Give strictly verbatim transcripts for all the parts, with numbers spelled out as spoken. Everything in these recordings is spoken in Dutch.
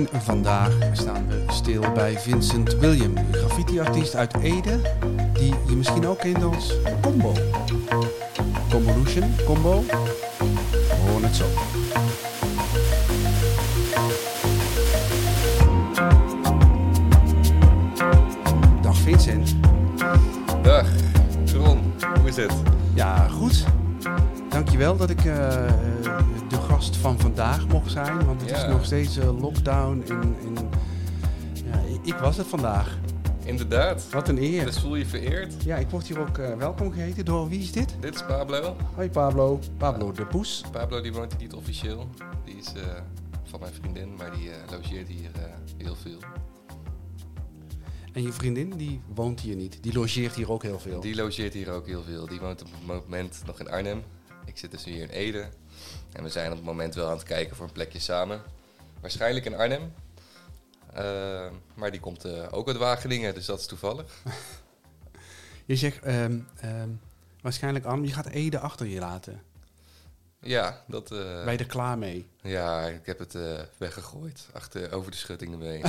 En vandaag staan we stil bij Vincent William, een graffiti-artiest uit Ede, die je misschien ook kent als Combo. Comvolution, Combo, we horen het zo. Dag Vincent. Dag, Ron, hoe is het? Ja, goed. Dankjewel dat ik uh, de gast van vandaag mocht zijn, want het Ja. is nog steeds uh, lockdown en, en ja, ik was het vandaag. Inderdaad. Wat een eer. Dus voel je vereerd. Ja, ik word hier ook uh, welkom geheten door, wie is dit? Dit is Pablo. Hoi Pablo. Pablo de Poes. Pablo die woont hier niet officieel. Die is uh, van mijn vriendin, maar die uh, logeert hier uh, heel veel. En je vriendin, die woont hier niet. Die logeert hier ook heel veel. Die logeert hier ook heel veel. Die woont op het moment nog in Arnhem. Ik zit dus hier in Ede. En we zijn op het moment wel aan het kijken voor een plekje samen. Waarschijnlijk in Arnhem. Uh, maar die komt uh, ook uit Wageningen, dus dat is toevallig. Je zegt um, um, waarschijnlijk Arnhem, je gaat Ede achter je laten. Ja, dat... Uh, ben je er klaar mee? Ja, ik heb het uh, weggegooid. Achter, over de schutting ermee.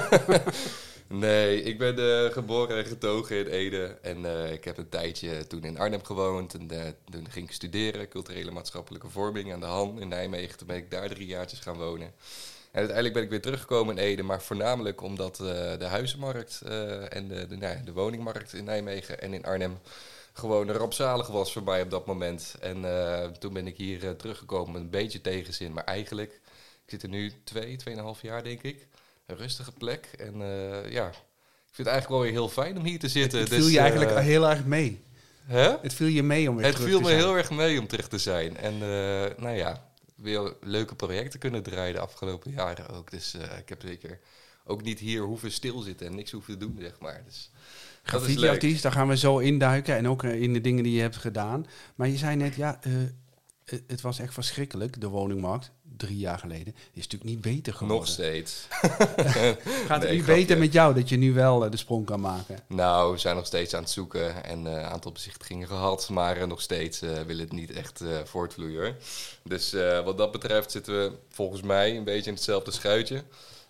Nee, ik ben uh, geboren en getogen in Ede. En uh, ik heb een tijdje toen in Arnhem gewoond. En uh, toen ging ik studeren, culturele maatschappelijke vorming aan de Han in Nijmegen. Toen ben ik daar drie jaartjes gaan wonen. En uiteindelijk ben ik weer teruggekomen in Ede. Maar voornamelijk omdat uh, de huizenmarkt uh, en de, de, nou, de woningmarkt in Nijmegen en in Arnhem gewoon rampzalig was voor mij op dat moment. En uh, toen ben ik hier uh, teruggekomen met een beetje tegenzin. Maar eigenlijk, ik zit er nu twee, tweeënhalf jaar denk ik. Een rustige plek. En uh, ja, ik vind het eigenlijk wel weer heel fijn om hier te zitten. Het, het dus, viel je uh, eigenlijk heel erg mee. Hè? Het viel je mee om weer het terug viel te me zijn. heel erg mee om terug te zijn. En uh, nou ja, weer leuke projecten kunnen draaien de afgelopen jaren ook. Dus uh, ik heb zeker ook niet hier hoeven stilzitten en niks hoeven doen, zeg maar. Dus graffiti-artiest, daar gaan we zo induiken. En ook in de dingen die je hebt gedaan. Maar je zei net, ja, uh, het was echt verschrikkelijk, de woningmarkt. Drie jaar geleden. Is natuurlijk niet beter geworden. Nog steeds. Gaat het nee, nu beter met jou, dat je nu wel uh, de sprong kan maken? Nou, we zijn nog steeds aan het zoeken en een uh, aantal bezichtigingen gehad. Maar uh, nog steeds uh, wil het niet echt uh, voortvloeien. Dus uh, wat dat betreft zitten we volgens mij een beetje in hetzelfde schuitje.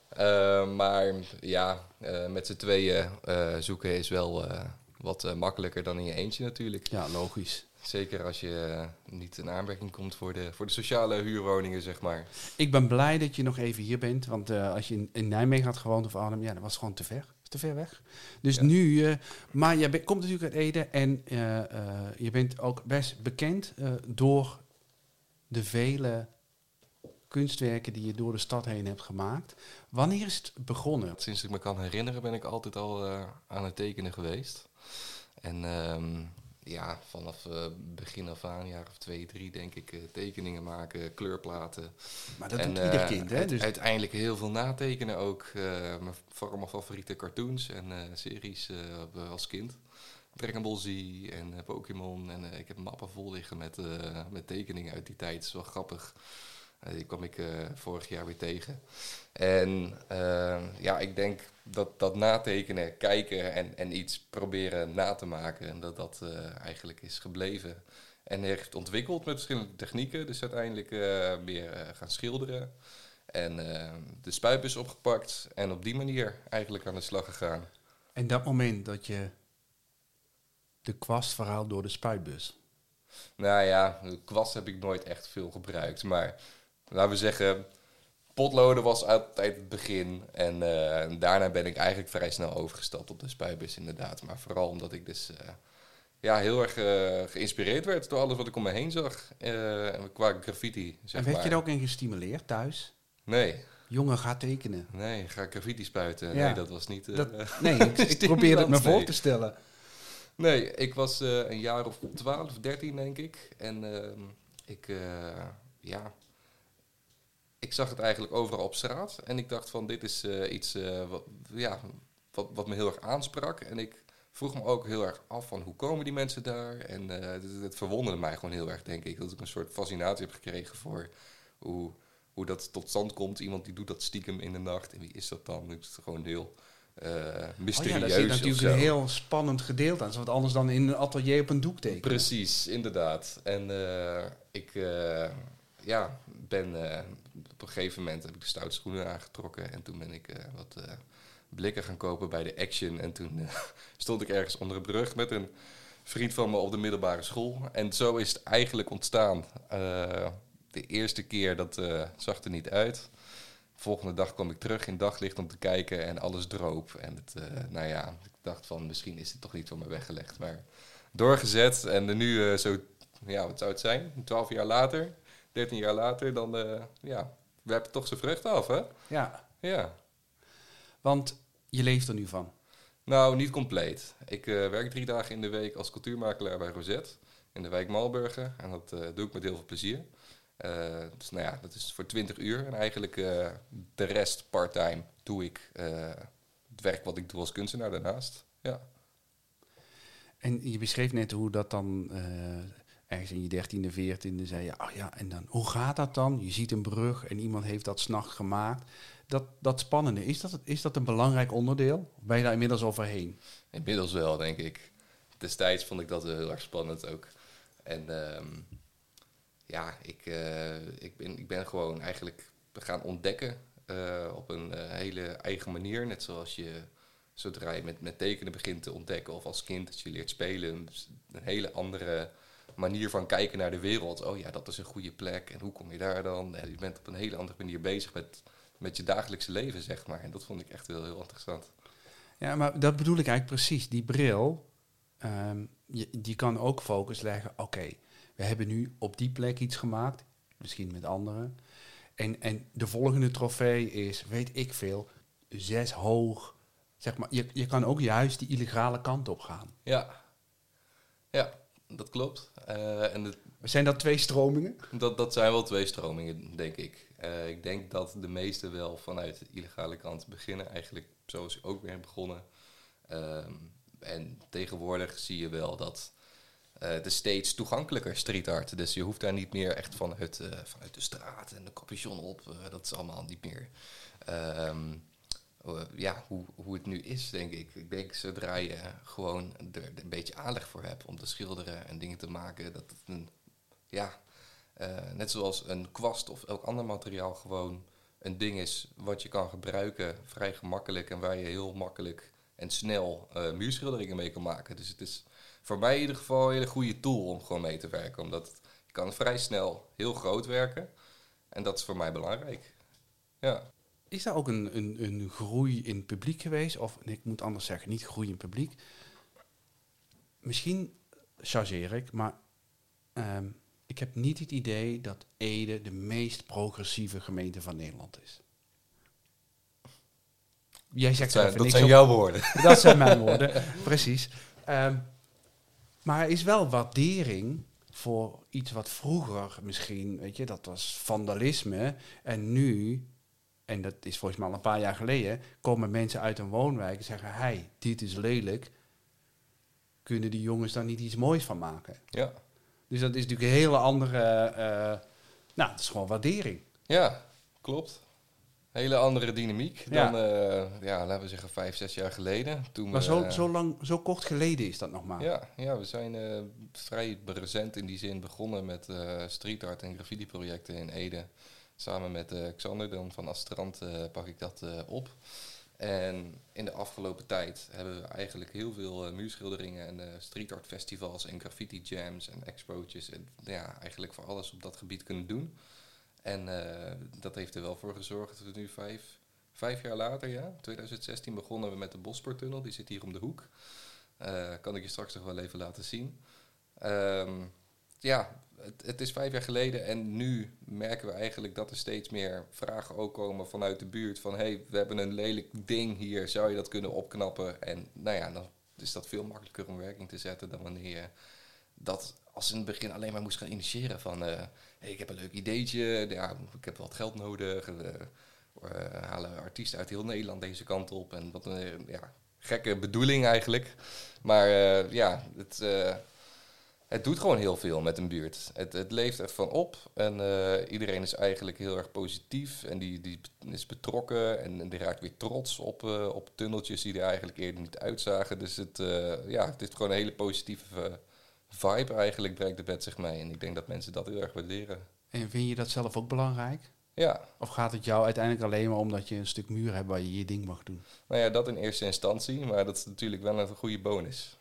Uh, maar ja, uh, met z'n tweeën uh, zoeken is wel uh, wat uh, makkelijker dan in je eentje natuurlijk. Ja, logisch. Zeker als je uh, niet in aanmerking komt voor de, voor de sociale huurwoningen, zeg maar. Ik ben blij dat je nog even hier bent. Want uh, als je in, in Nijmegen had gewoond of Arnhem, ja, dat was gewoon te ver. Te ver weg. Dus ja. nu... Uh, maar je be- komt natuurlijk uit Ede en uh, uh, je bent ook best bekend uh, door de vele kunstwerken die je door de stad heen hebt gemaakt. Wanneer is het begonnen? Sinds ik me kan herinneren ben ik altijd al uh, aan het tekenen geweest. En... Um, Ja, vanaf uh, begin af aan, een jaar of twee, drie, denk ik, uh, tekeningen maken, kleurplaten. Maar dat en, doet ieder uh, kind, hè? Dus uiteindelijk heel veel natekenen ook. Uh, mijn, voor mijn favoriete cartoons en uh, series uh, als kind. Dragon Ball Z en uh, Pokémon. En uh, ik heb mappen vol liggen met, uh, met tekeningen uit die tijd. Dat is wel grappig. Uh, die kwam ik uh, vorig jaar weer tegen. En uh, ja, ik denk dat dat natekenen, kijken en, en iets proberen na te maken... en dat dat uh, eigenlijk is gebleven. En heeft ontwikkeld met verschillende technieken. Dus uiteindelijk uh, weer uh, gaan schilderen. En uh, de spuitbus opgepakt. En op die manier eigenlijk aan de slag gegaan. En dat moment dat je de kwast verhaalt door de spuitbus? Nou ja, de kwast heb ik nooit echt veel gebruikt. Maar laten we zeggen... Potloden was altijd het begin en uh, daarna ben ik eigenlijk vrij snel overgestapt op de spuitbus inderdaad. Maar vooral omdat ik dus uh, ja, heel erg uh, geïnspireerd werd door alles wat ik om me heen zag uh, qua graffiti. Zeg en werd maar. je er ook in gestimuleerd thuis? Nee. Jongen, ga tekenen. Nee, ga graffiti spuiten. Ja. Nee, dat was niet... Uh, dat, nee, ik, ik probeer het me voor nee. te stellen. Nee, ik was uh, een jaar of twaalf, dertien denk ik. En uh, ik, uh, ja... Ik zag het eigenlijk overal op straat en ik dacht van dit is uh, iets uh, wat, ja, wat, wat me heel erg aansprak. En ik vroeg me ook heel erg af van hoe komen die mensen daar? En uh, het, het verwonderde mij gewoon heel erg, denk ik. Dat ik een soort fascinatie heb gekregen voor hoe, hoe dat tot stand komt. Iemand die doet dat stiekem in de nacht. En wie is dat dan? Het is gewoon heel uh, mysterieus. Oh ja, daar zit natuurlijk een heel spannend gedeelte aan. Wat anders dan in een atelier op een doek tekenen. Precies, inderdaad. En uh, ik... Uh, Ja, ben uh, op een op een gegeven moment heb ik de stoute schoenen aangetrokken. En toen ben ik uh, wat uh, blikken gaan kopen bij de Action. En toen uh, stond ik ergens onder een brug met een vriend van me op de middelbare school. En zo is het eigenlijk ontstaan. Uh, de eerste keer, dat uh, zag er niet uit. De volgende dag kwam ik terug in daglicht om te kijken en alles droop. En het, uh, nou ja, ik dacht van misschien is het toch niet voor me weggelegd. Maar doorgezet en nu uh, zo, ja, wat zou het zijn? Twaalf jaar later, dertien jaar later, dan uh, ja, werpt het toch zijn vrucht af, hè? Ja. Ja. Want je leeft er nu van. Nou, niet compleet. Ik uh, werk drie dagen in de week als cultuurmakelaar bij Rosette in de wijk Malburgen. En dat uh, doe ik met heel veel plezier. Uh, dus nou ja, dat is voor twintig uur. En eigenlijk uh, de rest part-time doe ik uh, het werk wat ik doe als kunstenaar daarnaast. Ja. En je beschreef net hoe dat dan uh, ergens in je dertiende, veertiende zei je, oh ja, en dan, hoe gaat dat dan? Je ziet een brug en iemand heeft dat 's nachts gemaakt. Dat, dat spannende, is dat, is dat een belangrijk onderdeel? Of ben je daar inmiddels overheen? Inmiddels wel, denk ik. Destijds vond ik dat heel erg spannend ook. En um, ja, ik, uh, ik, ben, ik ben gewoon eigenlijk gaan ontdekken uh, op een uh, hele eigen manier. Net zoals je, zodra je met, met tekenen begint te ontdekken of als kind dat je leert spelen, een hele andere manier van kijken naar de wereld. Oh ja, dat is een goede plek en hoe kom je daar dan? En je bent op een hele andere manier bezig met, met je dagelijkse leven, zeg maar. En dat vond ik echt wel heel interessant. Ja, maar dat bedoel ik eigenlijk precies. Die bril, um, je, die kan ook focus leggen. Oké, okay, we hebben nu op die plek iets gemaakt, misschien met anderen. En, en de volgende trofee is, weet ik veel, zes hoog. Zeg maar, je, je kan ook juist die illegale kant op gaan. Ja, ja, dat klopt. Uh, en het, zijn dat twee stromingen? Dat, dat zijn wel twee stromingen, denk ik. Uh, ik denk dat de meesten wel vanuit de illegale kant beginnen. Eigenlijk zoals ik ook weer heb begonnen. Um, en tegenwoordig zie je wel dat uh, het is steeds toegankelijker street art. Dus je hoeft daar niet meer echt vanuit, uh, vanuit de straat en de capuchon op. Uh, dat is allemaal niet meer uh, um, uh, ja, hoe, hoe het nu is, denk ik. Ik denk zodra je gewoon er, er een beetje aanleg voor hebt om te schilderen en dingen te maken, dat het een, ja, uh, net zoals een kwast of elk ander materiaal gewoon een ding is wat je kan gebruiken, vrij gemakkelijk en waar je heel makkelijk en snel uh, muurschilderingen mee kan maken. Dus het is voor mij in ieder geval een hele goede tool om gewoon mee te werken. Omdat het, je kan vrij snel heel groot werken. En dat is voor mij belangrijk. Ja. Is daar ook een, een, een groei in het publiek geweest? Of, nee, ik moet anders zeggen, niet groei in het publiek. Misschien chargeer ik, maar um, ik heb niet het idee dat Ede de meest progressieve gemeente van Nederland is. Jij zegt dat zijn, dat zijn op, jouw woorden. Dat zijn mijn woorden, precies. Um, maar er is wel waardering voor iets wat vroeger misschien, weet je, dat was vandalisme. En nu, en dat is volgens mij al een paar jaar geleden, komen mensen uit een woonwijk en zeggen, hey, dit is lelijk. Kunnen die jongens daar niet iets moois van maken? Ja. Dus dat is natuurlijk een hele andere, uh, nou, het is gewoon waardering. Ja, klopt. Hele andere dynamiek ja. dan, uh, ja, laten we zeggen, vijf, zes jaar geleden. Toen maar we, zo, zo, lang, zo kort geleden is dat nog maar. Ja, ja we zijn uh, vrij recent in die zin begonnen met uh, street art en graffiti projecten in Ede. Samen met uh, Xander dan van Astrand uh, pak ik dat uh, op. En in de afgelopen tijd hebben we eigenlijk heel veel uh, muurschilderingen en uh, street art festivals en graffiti jams en expo'tjes. En ja, eigenlijk voor alles op dat gebied kunnen doen. En uh, dat heeft er wel voor gezorgd dat we nu vijf, vijf jaar later, ja, twintig zestien begonnen we met de Bosportunnel. Die zit hier om de hoek. Uh, kan ik je straks nog wel even laten zien. Um, ja, het, het is vijf jaar geleden en nu merken we eigenlijk dat er steeds meer vragen ook komen vanuit de buurt. Van, hé, hey, we hebben een lelijk ding hier, zou je dat kunnen opknappen? En nou ja, dan is dat veel makkelijker om werking te zetten dan wanneer je dat als in het begin alleen maar moest gaan initiëren van, uh, hey, ik heb een leuk ideetje, ja, ik heb wat geld nodig, uh, uh, halen artiesten uit heel Nederland deze kant op en wat een ja, gekke bedoeling eigenlijk. Maar uh, ja, het, uh, het doet gewoon heel veel met een buurt. Het, het leeft er van op en uh, iedereen is eigenlijk heel erg positief en die, die is betrokken en, en die raakt weer trots op, uh, op tunneltjes die er eigenlijk eerder niet uitzagen. Dus het, uh, ja, het is gewoon een hele positieve uh, vibe eigenlijk, brengt de bed zich mee. En ik denk dat mensen dat heel erg waarderen. En vind je dat zelf ook belangrijk? Ja, Of gaat het jou uiteindelijk alleen maar om dat je een stuk muur hebt waar je je ding mag doen? nou ja, dat in eerste instantie, maar dat is natuurlijk wel een goede bonus.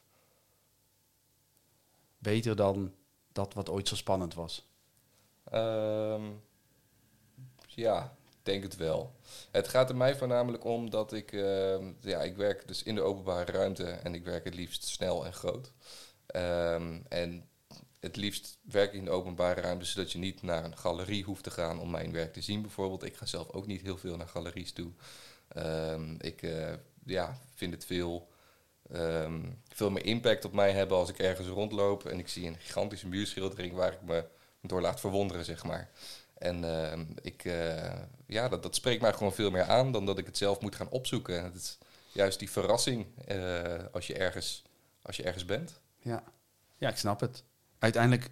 Beter dan dat wat ooit zo spannend was. Ehm, ja, ik denk het wel. Het gaat er mij voornamelijk om dat ik... ehm, ja, ik werk dus in de openbare ruimte en ik werk het liefst snel en groot. Ehm, en het liefst werk ik in de openbare ruimte, zodat je niet naar een galerie hoeft te gaan om mijn werk te zien bijvoorbeeld. Ik ga zelf ook niet heel veel naar galeries toe. Ehm, ik eh, ja, vind het veel, ehm, veel meer impact op mij hebben als ik ergens rondloop en ik zie een gigantische muurschildering waar ik me door laat verwonderen, zeg maar. En ehm, ik, eh, ja, dat, dat spreekt mij gewoon veel meer aan dan dat ik het zelf moet gaan opzoeken. En het is juist die verrassing eh, als, je ergens, als je ergens bent. Ja. Ja, ik snap het. Uiteindelijk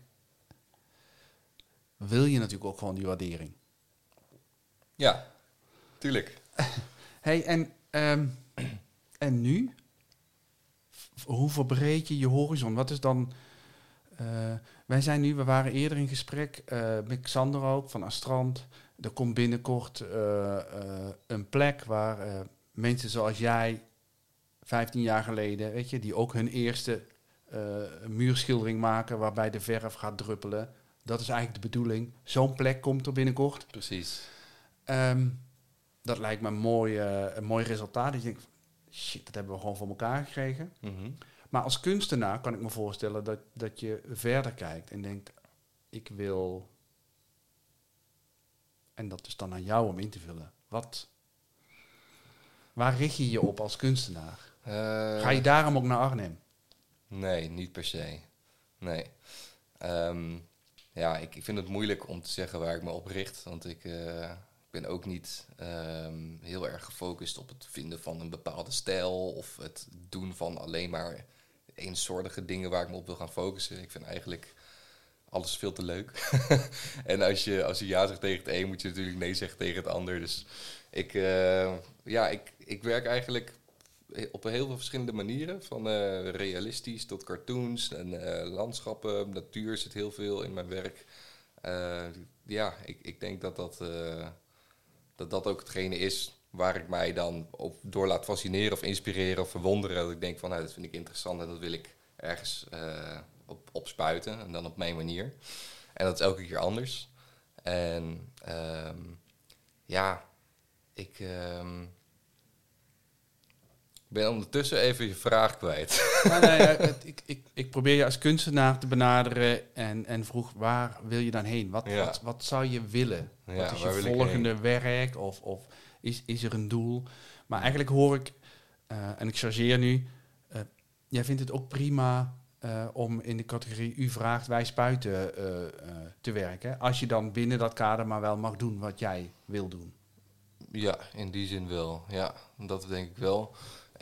wil je natuurlijk ook gewoon die waardering. Ja, tuurlijk. Hey, en, ehm, en nu? V- Hoe verbreed je je horizon? Wat is dan... eh, wij zijn nu, we waren eerder in gesprek eh, met Xander ook, van Astrand. Er komt binnenkort eh, eh, een plek waar eh, mensen zoals jij, vijftien jaar geleden, weet je, die ook hun eerste eh, muurschildering maken waarbij de verf gaat druppelen. Dat is eigenlijk de bedoeling. Zo'n plek komt er binnenkort. Precies. Ehm, dat lijkt me een mooi, eh, een mooi resultaat. Dat je denkt, shit, dat hebben we gewoon voor elkaar gekregen. Mhm. Maar als kunstenaar kan ik me voorstellen dat, dat je verder kijkt en denkt, ik wil... En dat is dan aan jou om in te vullen. Wat? Waar richt je je op als kunstenaar? Eh, Ga je daarom ook naar Arnhem? Nee, niet per se. Nee. Ehm, ja, ik, ik vind het moeilijk om te zeggen waar ik me op richt. Want ik, eh, ik ben ook niet ehm, heel erg gefocust op het vinden van een bepaalde stijl. Of het doen van alleen maar eensoortige dingen waar ik me op wil gaan focussen. Ik vind eigenlijk alles veel te leuk. En als je, als je ja zegt tegen het een, moet je natuurlijk nee zeggen tegen het ander. Dus ik, eh, ja, ik, ik werk eigenlijk op heel veel verschillende manieren. Van eh, realistisch tot cartoons en eh, landschappen. Natuur zit heel veel in mijn werk. Eh, ja, ik, ik denk dat dat, eh, dat dat ook hetgene is waar ik mij dan op door laat fascineren of inspireren of verwonderen. Dat ik denk van, nou, dat vind ik interessant en dat wil ik ergens eh, op, op spuiten. En dan op mijn manier. En dat is elke keer anders. En ehm, ja, ik... ehm, Ik ben ondertussen even je vraag kwijt. Nou, nee, eh, het- ik, ik, ik probeer je als kunstenaar te benaderen en, en vroeg, waar wil je dan heen? Wat, Ja. wat, wat zou je willen? Ja, wat is waar je wil ik volgende werk? Of, of is, is er een doel? Maar eigenlijk hoor ik, eh, en ik chargeer nu, eh, jij vindt het ook prima eh, om in de categorie u vraagt, wij spuiten eh, eh, te werken. Als je dan binnen dat kader maar wel mag doen wat jij wil doen. Ja, in die zin wel. Ja, dat denk ik wel.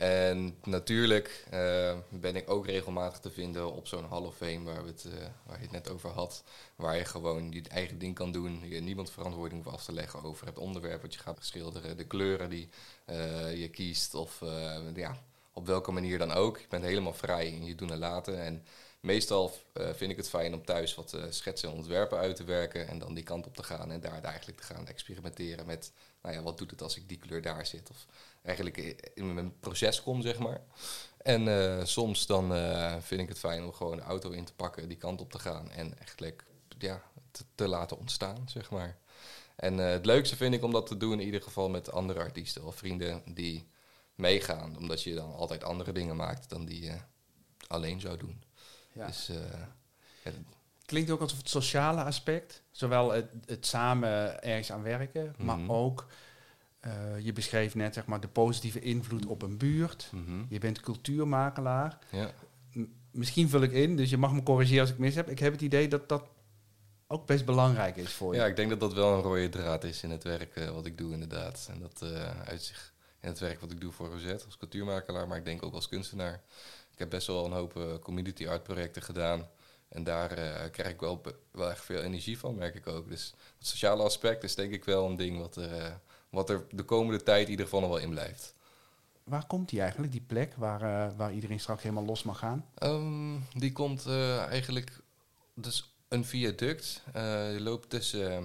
En natuurlijk eh, ben ik ook regelmatig te vinden op zo'n Hall of Fame waar, we het, eh, waar je het net over had. Waar je gewoon je eigen ding kan doen. Je niemand verantwoording hoeft af te leggen over het onderwerp wat je gaat schilderen. De kleuren die eh, je kiest of eh, ja, op welke manier dan ook. Je bent helemaal vrij in je doen en laten. En meestal uh, vind ik het fijn om thuis wat uh, schetsen en ontwerpen uit te werken. En dan die kant op te gaan en daar eigenlijk te gaan experimenteren met... Nou ja, wat doet het als ik die kleur daar zit? Of eigenlijk in mijn proces kom, zeg maar. En uh, soms dan uh, vind ik het fijn om gewoon de auto in te pakken, die kant op te gaan en eigenlijk ja, te, te laten ontstaan, zeg maar. En uh, het leukste vind ik om dat te doen in ieder geval met andere artiesten of vrienden die meegaan. Omdat je dan altijd andere dingen maakt dan die je alleen zou doen. Ja. Dus, uh, ja, klinkt ook alsof het sociale aspect, zowel het, het samen ergens aan werken, maar mm-hmm. ook, uh, je beschreef net zeg maar de positieve invloed op een buurt. Mm-hmm. Je bent cultuurmakelaar. Ja. M- misschien vul ik in, dus je mag me corrigeren als ik mis heb. Ik heb het idee dat dat ook best belangrijk is voor je. Ja, ik denk dat dat wel een rode draad is in het werk uh, wat ik doe inderdaad. En dat uh, uitzicht in het werk wat ik doe voor Rosette als cultuurmakelaar, maar ik denk ook als kunstenaar. Ik heb best wel een hoop uh, community art projecten gedaan. En daar uh, krijg ik wel, wel echt veel energie van, merk ik ook. Dus het sociale aspect is denk ik wel een ding wat, uh, wat er de komende tijd in ieder geval nog wel in blijft. Waar komt die eigenlijk, die plek waar, uh, waar iedereen straks helemaal los mag gaan? Um, die komt uh, eigenlijk... Dus een viaduct. Uh, je loopt tussen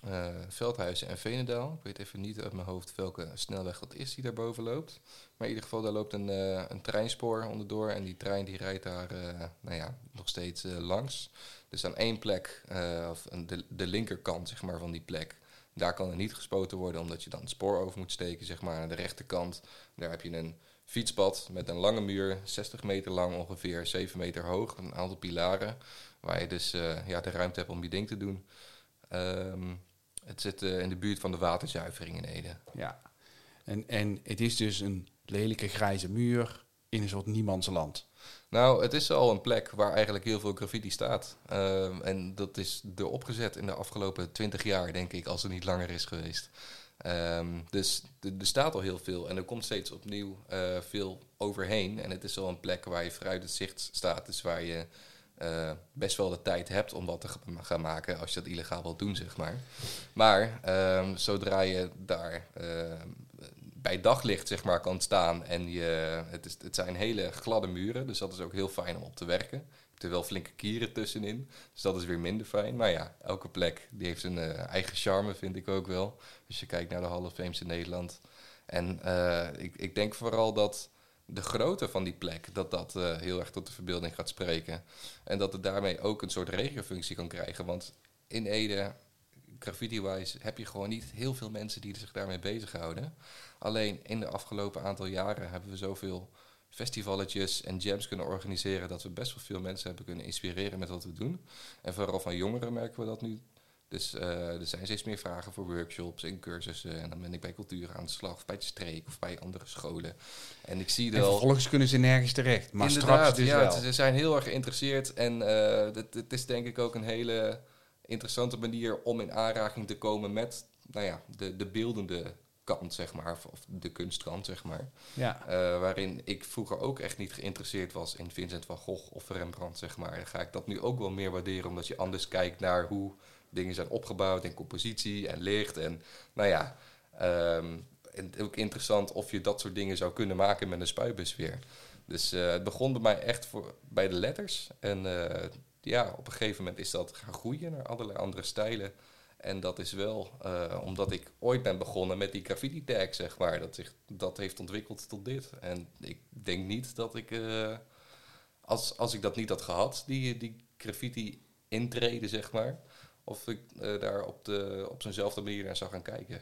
uh, Veldhuizen en Veenendaal. Ik weet even niet uit mijn hoofd welke snelweg dat is die daarboven loopt. Maar in ieder geval, daar loopt een, uh, een treinspoor onderdoor. En die trein die rijdt daar uh, nou ja, nog steeds uh, langs. Dus aan één plek, uh, of de, de linkerkant zeg maar, van die plek... daar kan er niet gespoten worden, omdat je dan het spoor over moet steken. Zeg maar. Aan de rechterkant, daar heb je een fietspad met een lange muur... zestig meter lang ongeveer, zeven meter hoog. Een aantal pilaren, waar je dus uh, ja, de ruimte hebt om je ding te doen... Um, het zit uh, in de buurt van de waterzuivering in Ede. Ja, en, en het is dus een lelijke grijze muur in een soort niemandsland. Nou, het is al een plek waar eigenlijk heel veel graffiti staat. Uh, en dat is er opgezet in de afgelopen twintig jaar, denk ik, als het niet langer is geweest. Um, dus er staat al heel veel en er komt steeds opnieuw uh, veel overheen. En het is al een plek waar je vooruit het zicht staat, dus waar je... Uh, best wel de tijd hebt om wat te gaan maken als je dat illegaal wilt doen, zeg maar. Maar um, zodra je daar uh, bij daglicht, zeg maar, kan staan en je, het, is, het zijn hele gladde muren, dus dat is ook heel fijn om op te werken. Er zitten wel flinke kieren tussenin, dus dat is weer minder fijn. Maar ja, elke plek die heeft een uh, eigen charme, vind ik ook wel. Als je kijkt naar de Hall of Fames in Nederland. En uh, ik, ik denk vooral dat de grootte van die plek, dat dat uh, heel erg tot de verbeelding gaat spreken. En dat het daarmee ook een soort regiofunctie kan krijgen. Want in Ede, graffiti-wise, heb je gewoon niet heel veel mensen die zich daarmee bezighouden. Alleen in de afgelopen aantal jaren hebben we zoveel festivaletjes en jams kunnen organiseren, dat we best wel veel mensen hebben kunnen inspireren met wat we doen. En vooral van jongeren merken we dat nu. Dus uh, er zijn steeds meer vragen voor workshops en cursussen. En dan ben ik bij cultuur aan de slag, of bij de streek, of bij andere scholen. En ik zie en wel... vervolgens kunnen ze nergens terecht. Maar Inderdaad, straks dus ja, wel. Ze zijn heel erg geïnteresseerd. En uh, het, het is denk ik ook een hele interessante manier om in aanraking te komen met nou ja, de, de beeldende kant, zeg maar. Of de kunstkant, zeg maar. Ja. Uh, waarin ik vroeger ook echt niet geïnteresseerd was in Vincent van Gogh of Rembrandt, zeg maar. Dan ga ik dat nu ook wel meer waarderen, omdat je anders kijkt naar hoe dingen zijn opgebouwd in compositie en licht. En nou ja, um, en ook interessant of je dat soort dingen zou kunnen maken met een spuitbus weer. Dus uh, het begon bij mij echt voor, bij de letters. En uh, ja, op een gegeven moment is dat gaan groeien naar allerlei andere stijlen. En dat is wel uh, omdat ik ooit ben begonnen met die graffiti tag, zeg maar. Dat, zich, dat heeft ontwikkeld tot dit. En ik denk niet dat ik, uh, als, als ik dat niet had gehad, die, die graffiti intreden, zeg maar, of ik uh, daar op, de, op zo'nzelfde manier naar zou gaan kijken.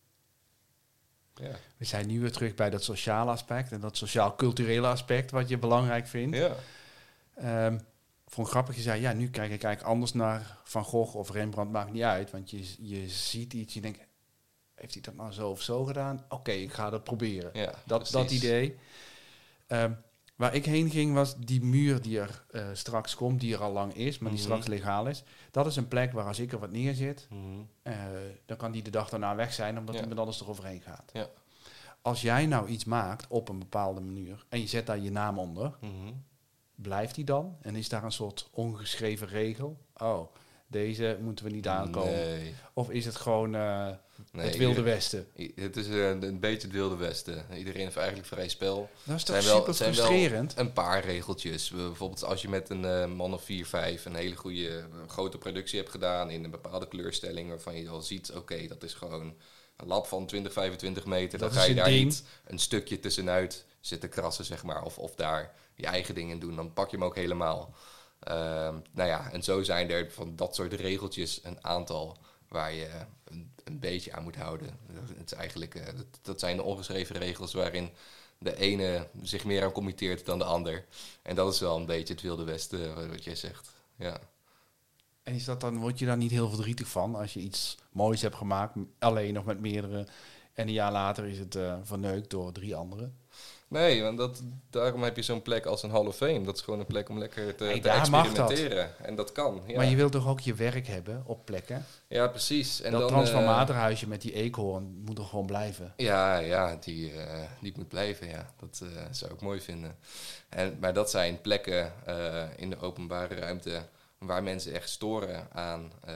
Ja. We zijn nu weer terug bij dat sociale aspect en dat sociaal-culturele aspect wat je belangrijk vindt. Ja. Um, vond ik grappig, je zei, ja, nu kijk ik eigenlijk anders naar Van Gogh of Rembrandt, maakt niet uit. Want je, je ziet iets, je denkt, heeft hij dat nou zo of zo gedaan? Oké, okay, ik ga dat proberen. Ja, dat, dat idee. Um, waar ik heen ging was die muur die er uh, straks komt, die er al lang is, maar die mm-hmm. straks legaal is. Dat is een plek waar als ik er wat neerzet, mm-hmm. uh, dan kan die de dag daarna weg zijn, omdat ja. iemand anders eroverheen gaat. Ja. Als jij nou iets maakt op een bepaalde manier en je zet daar je naam onder, mm-hmm. blijft die dan? En is daar een soort ongeschreven regel? Oh, deze moeten we niet aankomen. Nee. Of is het gewoon uh, nee, het Wilde ieder, Westen? I, het is een, een beetje het Wilde Westen. Iedereen heeft eigenlijk vrij spel. Dat is toch zijn super wel, zijn frustrerend? Wel een paar regeltjes. Bijvoorbeeld als je met een uh, man of vier, vijf een hele goede uh, grote productie hebt gedaan in een bepaalde kleurstelling waarvan je al ziet, oké, okay, dat is gewoon een lab van twintig, vijfentwintig meter. Dat dan ga je daar ding. niet een stukje tussenuit zitten krassen, zeg maar. Of, of daar je eigen dingen doen. Dan pak je hem ook helemaal. Uh, nou ja, en zo zijn er van dat soort regeltjes een aantal waar je een, een beetje aan moet houden. Het is eigenlijk, uh, dat, dat zijn de ongeschreven regels waarin de ene zich meer aan committeert dan de ander. En dat is wel een beetje het Wilde Westen, wat jij zegt. Ja. En is dat dan, word je daar niet heel verdrietig van als je iets moois hebt gemaakt, alleen of met meerdere, en een jaar later is het uh, verneukt door drie anderen? Nee, want dat, daarom heb je zo'n plek als een Hall of Fame. Dat is gewoon een plek om lekker te, hey, te experimenteren. Dat. En dat kan. Ja. Maar je wilt toch ook je werk hebben op plekken? Ja, precies. En dat dan, transformatorhuisje met die eekhoorn moet toch gewoon blijven? Ja, ja die, uh, die moet blijven. Ja. Dat uh, zou ik mooi vinden. En, maar dat zijn plekken uh, in de openbare ruimte waar mensen echt storen aan uh,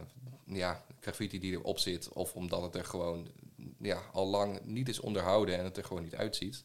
ja, graffiti die erop zit. Of omdat het er gewoon ja, al lang niet is onderhouden en het er gewoon niet uitziet.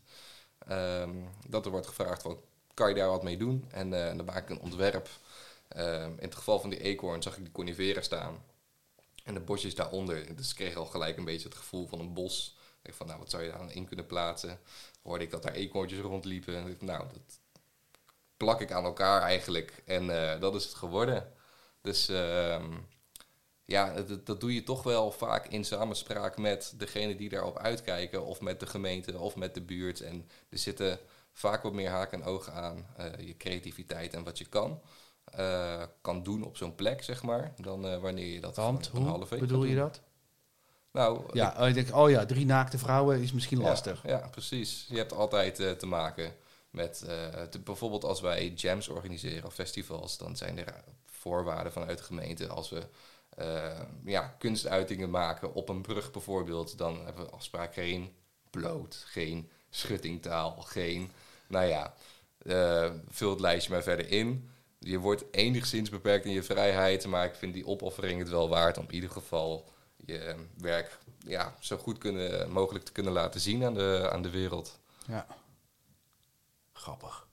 Um, dat er wordt gevraagd van, kan je daar wat mee doen? En, uh, en dan maak ik een ontwerp. Um, in het geval van die eekhoorn zag ik die coniferen staan. En de bosjes daaronder. Dus ik kreeg al gelijk een beetje het gevoel van een bos. Ik dacht van, nou, wat zou je daar dan in kunnen plaatsen? Hoorde ik dat daar eekhoorntjes rondliepen. En ik dacht, nou, dat plak ik aan elkaar eigenlijk. En uh, dat is het geworden. Dus uh, ja, dat, dat doe je toch wel vaak in samenspraak met degene die daarop uitkijken. Of met de gemeente of met de buurt. En er zitten vaak wat meer haken en ogen aan uh, je creativiteit en wat je kan. Uh, kan doen op zo'n plek, zeg maar. Dan uh, wanneer je dat Want, een half week bedoel je dat? Nou, ja, ik, ik denk, oh ja, drie naakte vrouwen is misschien ja, lastig. Ja, precies. Je hebt altijd uh, te maken met... Uh, te, bijvoorbeeld als wij jams organiseren of festivals... dan zijn er voorwaarden vanuit de gemeente. Als we uh, ja, kunstuitingen maken op een brug bijvoorbeeld... dan hebben we afspraak geen bloot, geen schuttingtaal, geen... Nou ja, uh, vul het lijstje maar verder in... Je wordt enigszins beperkt in je vrijheid, maar ik vind die opoffering het wel waard om in ieder geval je werk ja, zo goed kunnen, mogelijk te kunnen laten zien aan de, aan de wereld. Ja, grappig.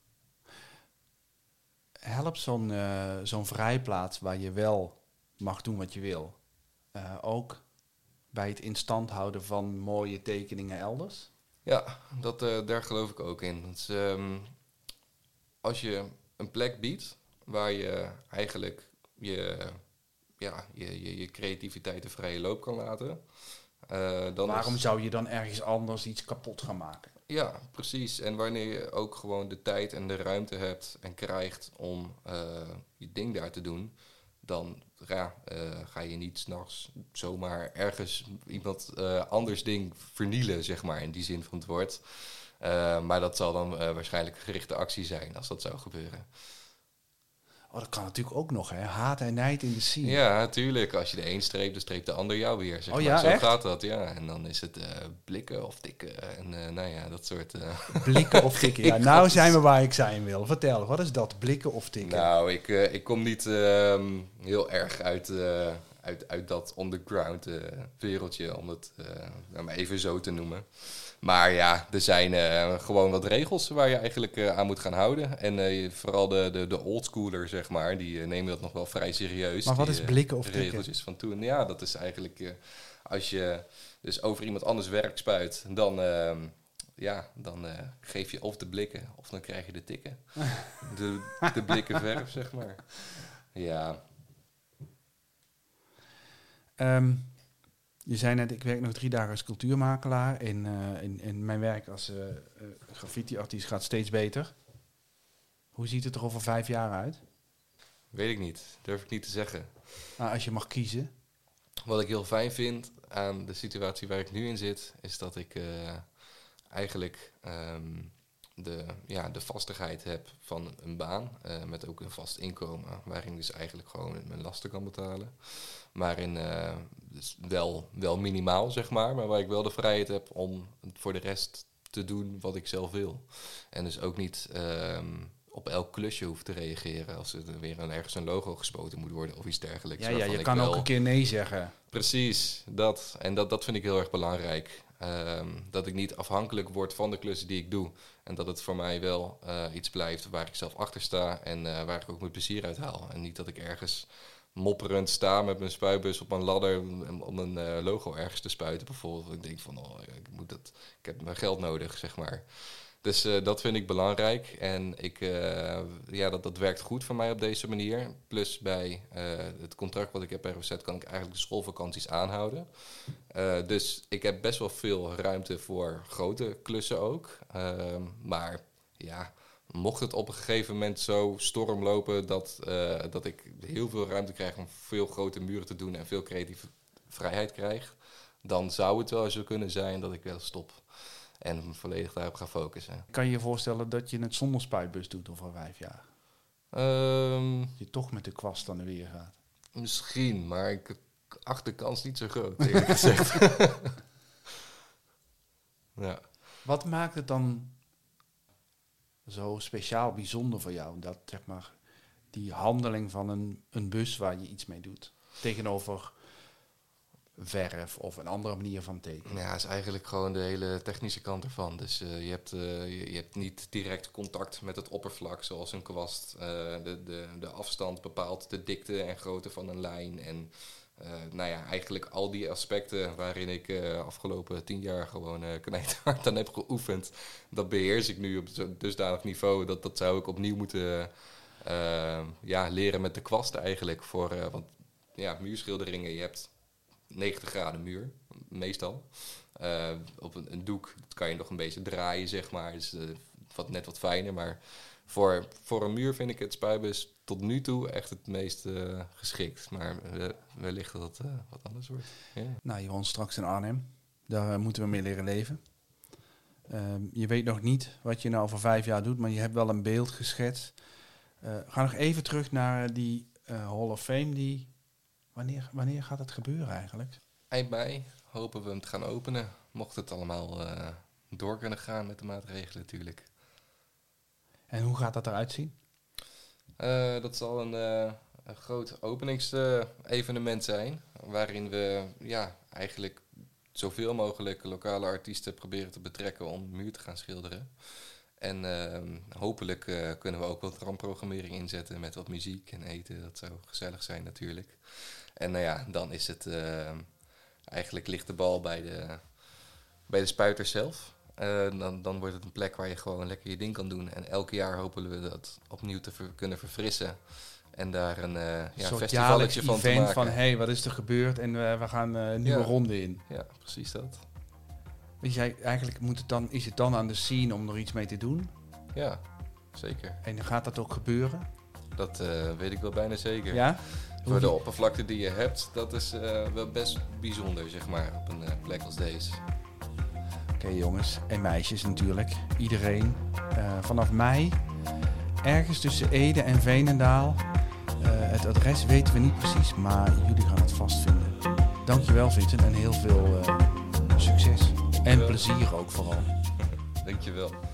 Helpt zo'n, uh, zo'n vrijplaats waar je wel mag doen wat je wil, uh, ook bij het in stand houden van mooie tekeningen elders? Ja, dat, uh, daar geloof ik ook in. Dus, um, als je een plek biedt waar je eigenlijk je, ja, je, je, je creativiteit de vrije loop kan laten. Uh, dan Waarom is, zou je dan ergens anders iets kapot gaan maken? Ja, precies. En wanneer je ook gewoon de tijd en de ruimte hebt en krijgt om uh, je ding daar te doen, dan ja, uh, ga je niet 's nachts zomaar ergens iemand uh, anders ding vernielen, zeg maar, in die zin van het woord. Uh, maar dat zal dan uh, waarschijnlijk een gerichte actie zijn als dat zou gebeuren. Oh, dat kan natuurlijk ook nog, hè? Haat en nijd in de scene. Ja, natuurlijk. Als je de een streept, dan streept de ander jou weer. Zeg oh maar. ja, Zo echt? gaat dat, ja. En dan is het uh, blikken of tikken. En uh, nou ja, dat soort... Uh... Blikken of tikken. Ja, nou zijn we waar ik zijn wil. Vertel, wat is dat? Blikken of tikken? Nou, ik, uh, ik kom niet uh, heel erg uit, uh, uit, uit dat underground uh, wereldje, om het uh, nou maar even zo te noemen. Maar ja, er zijn uh, gewoon wat regels waar je eigenlijk uh, aan moet gaan houden. En uh, vooral de, de, de oldschooler, zeg maar, die uh, nemen dat nog wel vrij serieus. Maar wat die, is blikken of uh, tikken? regeltjes van toen. Ja, dat is eigenlijk uh, als je dus over iemand anders werk spuit, dan, uh, ja, dan uh, geef je of de blikken of dan krijg je de tikken. de, de blikken verf, zeg maar. Ja. Um, Je zei net, ik werk nog drie dagen als cultuurmakelaar. En, uh, en, en mijn werk als uh, uh, graffiti-artiest gaat steeds beter. Hoe ziet het er over vijf jaar uit? Weet ik niet. Durf ik niet te zeggen. Nou, als je mag kiezen. Wat ik heel fijn vind aan de situatie waar ik nu in zit, is dat ik uh, eigenlijk um, de, ja, de vastigheid heb van een baan. Uh, met ook een vast inkomen, waarin ik dus eigenlijk gewoon mijn lasten kan betalen. Maar in, uh, dus wel, wel minimaal, zeg maar. Maar waar ik wel de vrijheid heb om voor de rest te doen wat ik zelf wil. En dus ook niet um, op elk klusje hoef te reageren als er weer een, ergens een logo gespoten moet worden of iets dergelijks. Ja, ja je ik kan wel... ook een keer nee zeggen. Precies, dat. En dat, dat vind ik heel erg belangrijk. Um, dat ik niet afhankelijk word van de klussen die ik doe. En dat het voor mij wel uh, iets blijft waar ik zelf achter sta en uh, waar ik ook mijn plezier uit haal. En niet dat ik ergens mopperend sta met mijn spuitbus op mijn ladder om een uh, logo ergens te spuiten bijvoorbeeld. Ik denk van, oh, ik, moet dat, ik heb mijn geld nodig, zeg maar. Dus uh, dat vind ik belangrijk. En ik, uh, ja, dat, dat werkt goed voor mij op deze manier. Plus bij uh, het contract wat ik heb bij R O Z kan ik eigenlijk de schoolvakanties aanhouden. Uh, dus ik heb best wel veel ruimte voor grote klussen ook. Uh, maar ja, mocht het op een gegeven moment zo storm lopen dat, uh, dat ik heel veel ruimte krijg om veel grote muren te doen en veel creatieve vrijheid krijg, dan zou het wel zo kunnen zijn dat ik wel stop. En me volledig daarop ga focussen. Kan je je voorstellen dat je het zonder spuitbus doet over vijf jaar? Um, je toch met de kwast aan de weer gaat? Misschien, maar ik acht de kans niet zo groot, eerlijk gezegd. Ja. Wat maakt het dan zo speciaal bijzonder voor jou? Dat, zeg maar, die handeling van een, een bus waar je iets mee doet. Tegenover verf of een andere manier van tekenen. Ja, is eigenlijk gewoon de hele technische kant ervan. Dus uh, je, hebt, uh, je, je hebt niet direct contact met het oppervlak zoals een kwast. Uh, de, de, de afstand bepaalt de dikte en grootte van een lijn. En Uh, nou ja, eigenlijk al die aspecten waarin ik uh, afgelopen tien jaar gewoon uh, knijthard aan heb geoefend, dat beheers ik nu op zo'n dusdanig niveau. Dat, dat zou ik opnieuw moeten uh, ja, leren met de kwast eigenlijk. Voor, uh, want ja, muurschilderingen, je hebt negentig graden muur, meestal. Uh, op een, een doek dat kan je nog een beetje draaien, zeg maar. Dus uh, wat, net wat fijner, maar voor, voor een muur vind ik het spuitbus tot nu toe echt het meest uh, geschikt. Maar uh, wellicht dat het uh, wat anders wordt. Yeah. Nou, je woont straks in Arnhem. Daar uh, moeten we mee leren leven. Uh, je weet nog niet wat je nou over vijf jaar doet, maar je hebt wel een beeld geschetst. Uh, ga nog even terug naar die uh, Hall of Fame. Die, wanneer, wanneer gaat het gebeuren eigenlijk? Eind mei hopen we hem te gaan openen. Mocht het allemaal uh, door kunnen gaan met de maatregelen natuurlijk. En hoe gaat dat eruit zien? Uh, dat zal een, uh, een groot openingsevenement uh, zijn. Waarin we ja, eigenlijk zoveel mogelijk lokale artiesten proberen te betrekken om de muur te gaan schilderen. En uh, hopelijk uh, kunnen we ook wat ramprogrammering inzetten met wat muziek en eten. Dat zou gezellig zijn natuurlijk. En nou ja, dan is het uh, eigenlijk ligt de bal bij de, bij de spuiters zelf. Uh, dan, dan wordt het een plek waar je gewoon lekker je ding kan doen. En elk jaar hopen we dat opnieuw te ver, kunnen verfrissen. En daar een uh, ja, festivalletje van te maken. Van, hé, hey, wat is er gebeurd? En uh, we gaan een uh, nieuwe ja. ronde in. Ja, precies dat. Weet jij, eigenlijk moet het dan, is het dan aan de scene om er iets mee te doen? Ja, zeker. En gaat dat ook gebeuren? Dat uh, weet ik wel bijna zeker. Ja? Voor de oppervlakte die je hebt, dat is uh, wel best bijzonder, zeg maar, op een uh, plek als deze. Oké okay, jongens, en meisjes natuurlijk. Iedereen. Uh, vanaf mei, ergens tussen Ede en Veenendaal. Uh, het adres weten we niet precies, maar jullie gaan het vast vinden. Dankjewel Vincent en heel veel uh, succes. En plezier ook vooral. Dankjewel.